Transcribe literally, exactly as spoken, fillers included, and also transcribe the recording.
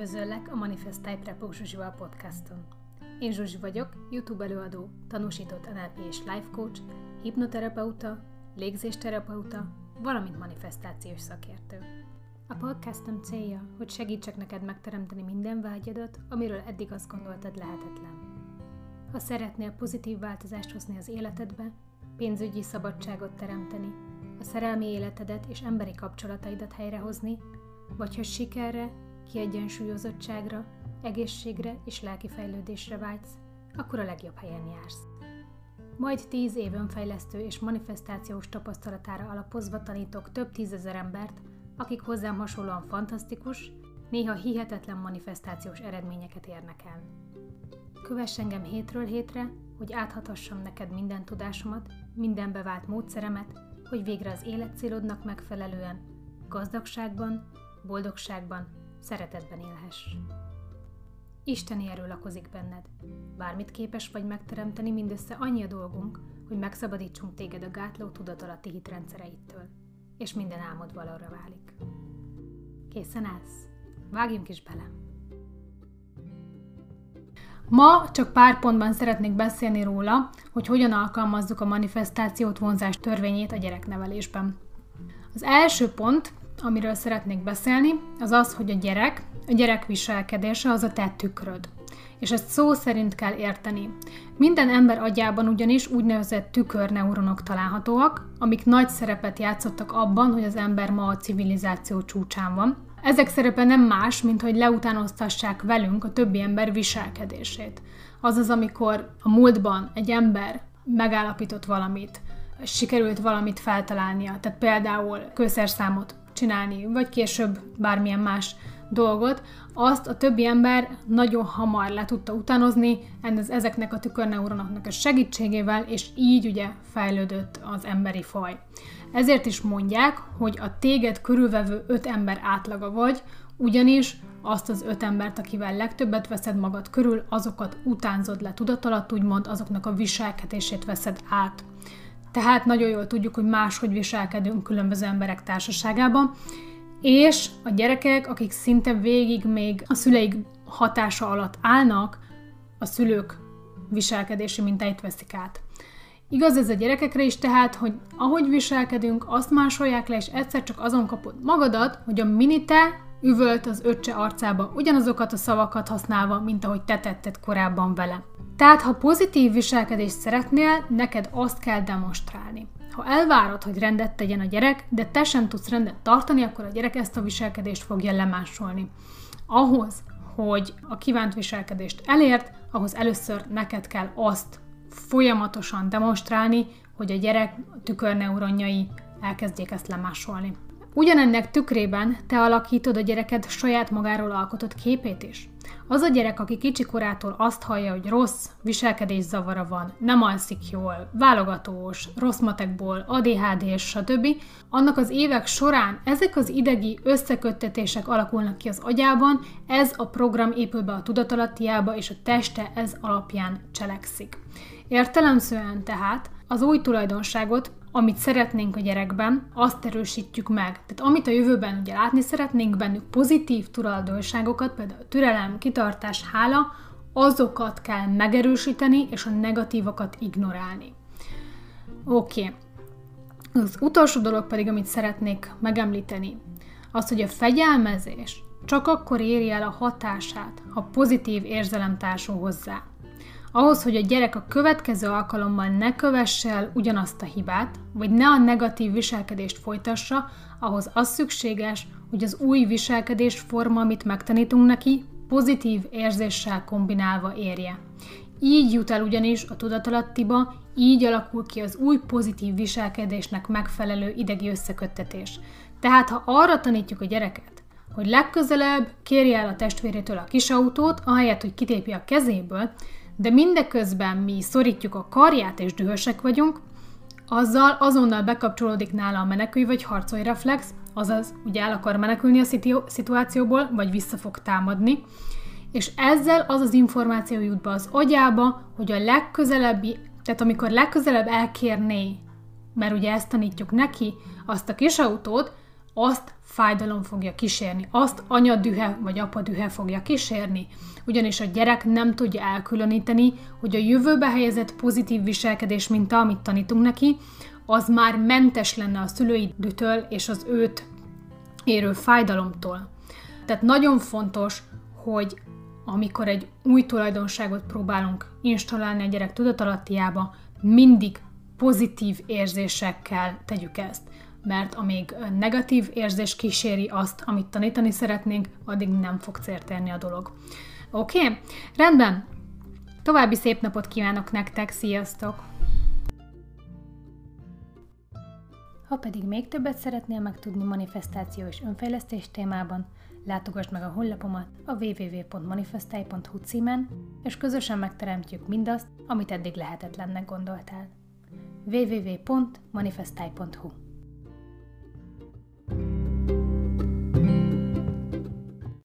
Üdvözöllek a Manifest Prepó Zsuzsival podcaston. Én Zsuzsi vagyok, YouTube előadó, tanúsított en el pé és life coach, hipnoterapeuta, légzésterapeuta, valamint manifestációs szakértő. A podcastom célja, hogy segítsek neked megteremteni minden vágyadat, amiről eddig azt gondoltad lehetetlen. Ha szeretnél pozitív változást hozni az életedbe, pénzügyi szabadságot teremteni, a szerelmi életedet és emberi kapcsolataidat helyrehozni, vagy ha sikerre, kiegyensúlyozottságra, egészségre és lelki fejlődésre vágysz, akkor a legjobb helyen jársz. Majd tíz év önfejlesztő és manifestációs tapasztalatára alapozva tanítok több tízezer embert, akik hozzám hasonlóan fantasztikus, néha hihetetlen manifestációs eredményeket érnek el. Kövess engem hétről hétre, hogy áthathassam neked minden tudásomat, minden bevált módszeremet, hogy végre az életcélodnak megfelelően, gazdagságban, boldogságban, szeretetben élhess. Isteni erő lakozik benned. Bármit képes vagy megteremteni, mindössze annyi a dolgunk, hogy megszabadítsunk téged a gátló tudatalatti hitrendszereittől, és minden álmod valóra válik. Készen állsz? Vágjunk is bele! Ma csak pár pontban szeretnék beszélni róla, hogy hogyan alkalmazzuk a manifestációt vonzás törvényét a gyereknevelésben. Az első pont, amiről szeretnék beszélni, az az, hogy a gyerek, a gyerek viselkedése az a te tükröd. És ezt szó szerint kell érteni. Minden ember agyában ugyanis úgynevezett tükörneuronok találhatóak, amik nagy szerepet játszottak abban, hogy az ember ma a civilizáció csúcsán van. Ezek szerepe nem más, mint hogy leutánoztassák velünk a többi ember viselkedését. Azaz, amikor a múltban egy ember megállapított valamit, sikerült valamit feltalálnia, tehát például kőszerszámot csinálni, vagy később bármilyen más dolgot, azt a többi ember nagyon hamar le tudta utánozni ezeknek a tükörneuronoknak a segítségével, és így ugye fejlődött az emberi faj. Ezért is mondják, hogy a téged körülvevő öt ember átlaga vagy, ugyanis azt az öt embert, akivel legtöbbet veszed magad körül, azokat utánzod le tudatalatt, úgymond azoknak a viselkedését veszed át. Tehát nagyon jól tudjuk, hogy máshogy viselkedünk különböző emberek társaságában, és a gyerekek, akik szinte végig még a szüleik hatása alatt állnak, a szülők viselkedési mintáit veszik át. Igaz ez a gyerekekre is, tehát, hogy ahogy viselkedünk, azt másolják le, és egyszer csak azon kapod magadat, hogy a mini te üvölt az öccse arcába ugyanazokat a szavakat használva, mint ahogy te tetted korábban vele. Tehát, ha pozitív viselkedést szeretnél, neked azt kell demonstrálni. Ha elvárod, hogy rendet tegyen a gyerek, de te sem tudsz rendet tartani, akkor a gyerek ezt a viselkedést fogja lemásolni. Ahhoz, hogy a kívánt viselkedést elért, ahhoz először neked kell azt folyamatosan demonstrálni, hogy a gyerek tükörneuronjai elkezdjék ezt lemásolni. Ugyanennek tükrében te alakítod a gyereked saját magáról alkotott képét is. Az a gyerek, aki kicsi korától azt hallja, hogy rossz viselkedészavara van, nem alszik jól, válogatós, rossz matekból, á dé há dés, stb., annak az évek során ezek az idegi összeköttetések alakulnak ki az agyában, ez a program épül be a tudatalattiába, és a teste ez alapján cselekszik. Értelemszerűen tehát az új tulajdonságot, amit szeretnénk a gyerekben, azt erősítjük meg. Tehát amit a jövőben ugye látni szeretnénk bennük, pozitív tulajdonságokat, például türelem, kitartás, hála, azokat kell megerősíteni, és a negatívakat ignorálni. Oké. Okay. Az utolsó dolog pedig, amit szeretnék megemlíteni, az, hogy a fegyelmezés csak akkor éri el a hatását, ha pozitív érzelem társul hozzá. Ahhoz, hogy a gyerek a következő alkalommal ne kövesse el ugyanazt a hibát, vagy ne a negatív viselkedést folytassa, ahhoz az szükséges, hogy az új viselkedésforma, amit megtanítunk neki, pozitív érzéssel kombinálva érje. Így jut el ugyanis a tudatalattiba, így alakul ki az új pozitív viselkedésnek megfelelő idegi összeköttetés. Tehát ha arra tanítjuk a gyereket, hogy legközelebb kérje el a testvérétől a kisautót, ahelyett, hogy kitépje a kezéből, de mindeközben mi szorítjuk a karját és dühösek vagyunk, azzal azonnal bekapcsolódik nála a menekülj vagy harcolj reflex, azaz ugye el akar menekülni a szituációból, vagy vissza fog támadni, és ezzel az az információ jut be az agyába, hogy a legközelebbi, tehát amikor legközelebb elkérné, mert ugye ezt tanítjuk neki, azt a kisautót, azt fájdalom fogja kísérni, azt anya dühe vagy apa dühe fogja kísérni, ugyanis a gyerek nem tudja elkülöníteni, hogy a jövőbe helyezett pozitív viselkedés minta, amit tanítunk neki, az már mentes lenne a szülői dühtől és az őt érő fájdalomtól. Tehát nagyon fontos, hogy amikor egy új tulajdonságot próbálunk installálni a gyerek tudatalattiába, mindig pozitív érzésekkel tegyük ezt. Mert amíg negatív érzés kíséri azt, amit tanítani szeretnénk, addig nem fog célt érni a dolog. Oké? Okay? Rendben. További szép napot kívánok nektek, sziasztok! Ha pedig még többet szeretnél megtudni manifestáció és önfejlesztés témában, látogass meg a honlapomat a double-u double-u double-u pont manifestai pont hu címen, és közösen megteremtjük mindazt, amit eddig lehetetlennek gondoltál. double-u double-u double-u pont manifestai pont hu